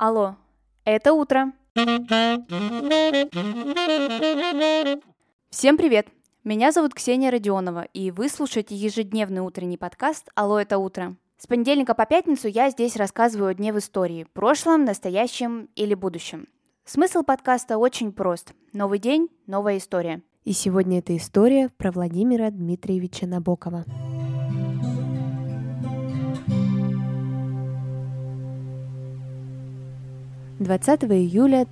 Алло, это утро. Всем привет! Меня зовут Ксения Родионова, и вы слушаете ежедневный утренний подкаст «Алло, это утро». С понедельника по пятницу я здесь рассказываю о дне в истории, прошлом, настоящем или будущем. Смысл подкаста очень прост. Новый день, новая история. И сегодня эта история про Владимира Дмитриевича Набокова. 20 июля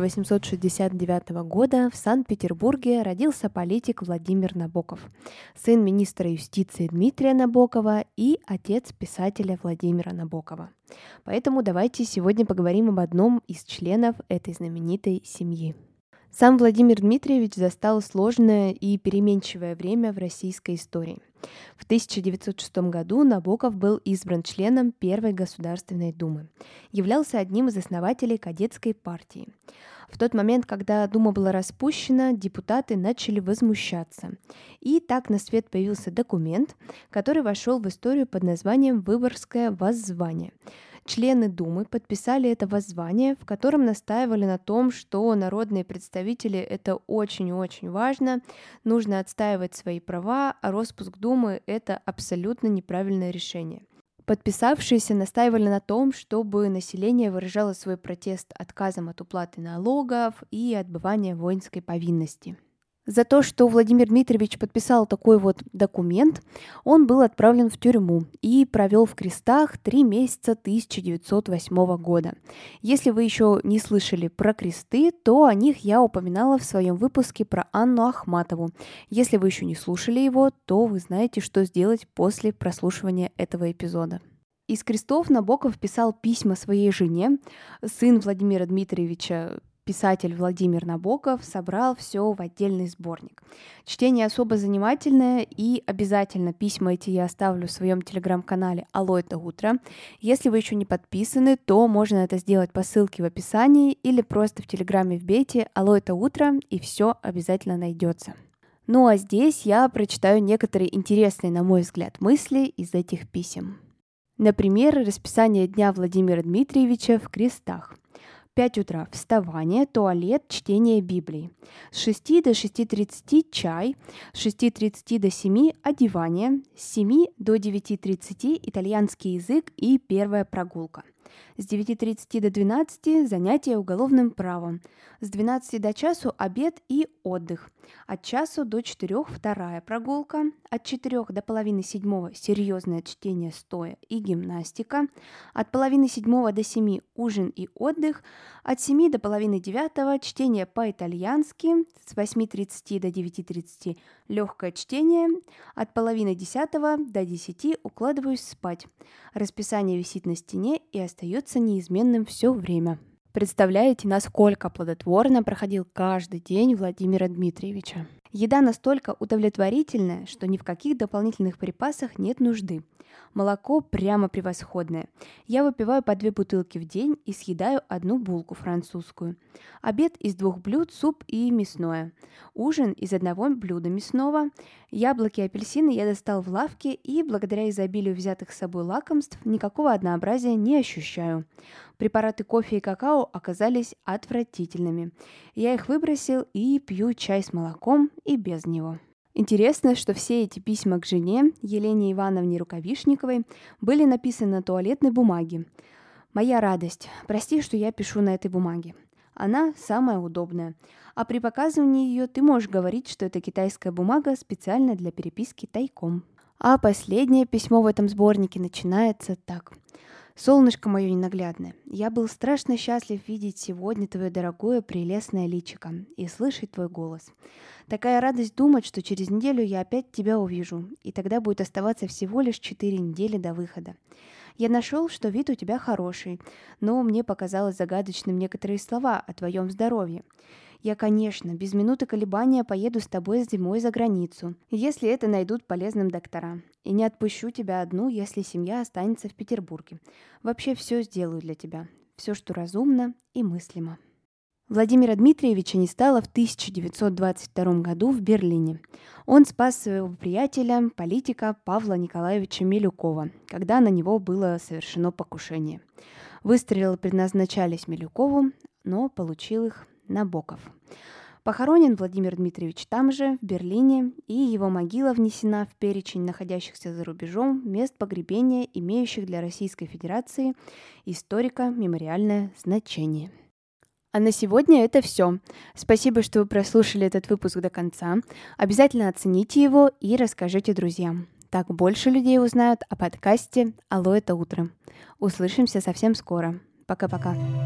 1869 года в Санкт-Петербурге родился политик Владимир Набоков, сын министра юстиции Дмитрия Набокова и отец писателя Владимира Набокова. Поэтому давайте сегодня поговорим об одном из членов этой знаменитой семьи. Сам Владимир Дмитриевич застал сложное и переменчивое время в российской истории. В 1906 году Набоков был избран членом Первой Государственной Думы, являлся одним из основателей кадетской партии. В тот момент, когда Дума была распущена, депутаты начали возмущаться. И так на свет появился документ, который вошел в историю под названием «Выборгское воззвание». Члены Думы подписали это воззвание, в котором настаивали на том, что народные представители — это очень-очень важно, нужно отстаивать свои права, а распуск Думы — это абсолютно неправильное решение. Подписавшиеся настаивали на том, чтобы население выражало свой протест отказом от уплаты налогов и отбывания воинской повинности. За то, что Владимир Дмитриевич подписал такой вот документ, он был отправлен в тюрьму и провел в крестах 3 месяца 1908 года. Если вы еще не слышали про кресты, то о них я упоминала в своем выпуске про Анну Ахматову. Если вы еще не слушали его, то вы знаете, что сделать после прослушивания этого эпизода. Из крестов Набоков писал письма своей жене. Сын Владимира Дмитриевича, писатель Владимир Набоков, собрал все в отдельный сборник. Чтение особо занимательное, и обязательно письма эти я оставлю в своем телеграм-канале «Алло, это утро». Если вы еще не подписаны, то можно это сделать по ссылке в описании или просто в телеграме вбейте «Алло, это утро», и все обязательно найдется. Ну а здесь я прочитаю некоторые интересные, на мой взгляд, мысли из этих писем. Например, расписание дня Владимира Дмитриевича в крестах. 5 утра – вставание, туалет, чтение Библии. С 6 до 6:30 – чай, с 6:30 до 7 – одевание, с 7 до 9:30 – итальянский язык и первая прогулка. С 9:30 до 12 – занятия уголовным правом. С 12 до часу – обед и отдых. От часу до 4 – вторая прогулка. От 4 до половины 7 – серьезное чтение стоя и гимнастика. От половины 7 до 7 – ужин и отдых. От 7 до половины 9 – чтение по-итальянски. С 8:30 до 9:30 – легкое чтение. От половины 10 до 10 – укладываюсь спать. Расписание висит на стене и остается неизменным все время. Представляете, насколько плодотворно проходил каждый день Владимира Дмитриевича? Еда настолько удовлетворительная, что ни в каких дополнительных припасах нет нужды. Молоко прямо превосходное. Я выпиваю по 2 бутылки в день и съедаю 1 булку французскую. Обед из 2 блюд, суп и мясное. Ужин из 1 блюда мясного. Яблоки и апельсины я достал в лавке и, благодаря изобилию взятых с собой лакомств, никакого однообразия не ощущаю. Препараты кофе и какао оказались отвратительными. Я их выбросил и пью чай с молоком и без него. Интересно, что все эти письма к жене, Елене Ивановне Рукавишниковой, были написаны на туалетной бумаге. «Моя радость. Прости, что я пишу на этой бумаге. Она самая удобная. А при показывании ее ты можешь говорить, что это китайская бумага специально для переписки тайком». А последнее письмо в этом сборнике начинается так. «Солнышко мое ненаглядное, я был страшно счастлив видеть сегодня твое дорогое прелестное личико и слышать твой голос. Такая радость думать, что через неделю я опять тебя увижу, и тогда будет оставаться всего лишь 4 недели до выхода. Я нашел, что вид у тебя хороший, но мне показалось загадочным некоторые слова о твоем здоровье. Я, конечно, без минуты колебания поеду с тобой зимой за границу, если это найдут полезным доктора. И не отпущу тебя одну, если семья останется в Петербурге. Вообще все сделаю для тебя. Все, что разумно и мыслимо». Владимира Дмитриевича не стало в 1922 году в Берлине. Он спас своего приятеля, политика Павла Николаевича Милюкова, когда на него было совершено покушение. Выстрелы предназначались Милюкову, но получил их Набоков. Похоронен Владимир Дмитриевич там же, в Берлине, и его могила внесена в перечень находящихся за рубежом мест погребения, имеющих для Российской Федерации историко-мемориальное значение. А на сегодня это все. Спасибо, что вы прослушали этот выпуск до конца. Обязательно оцените его и расскажите друзьям. Так больше людей узнают о подкасте «Алло, это утро». Услышимся совсем скоро. Пока-пока.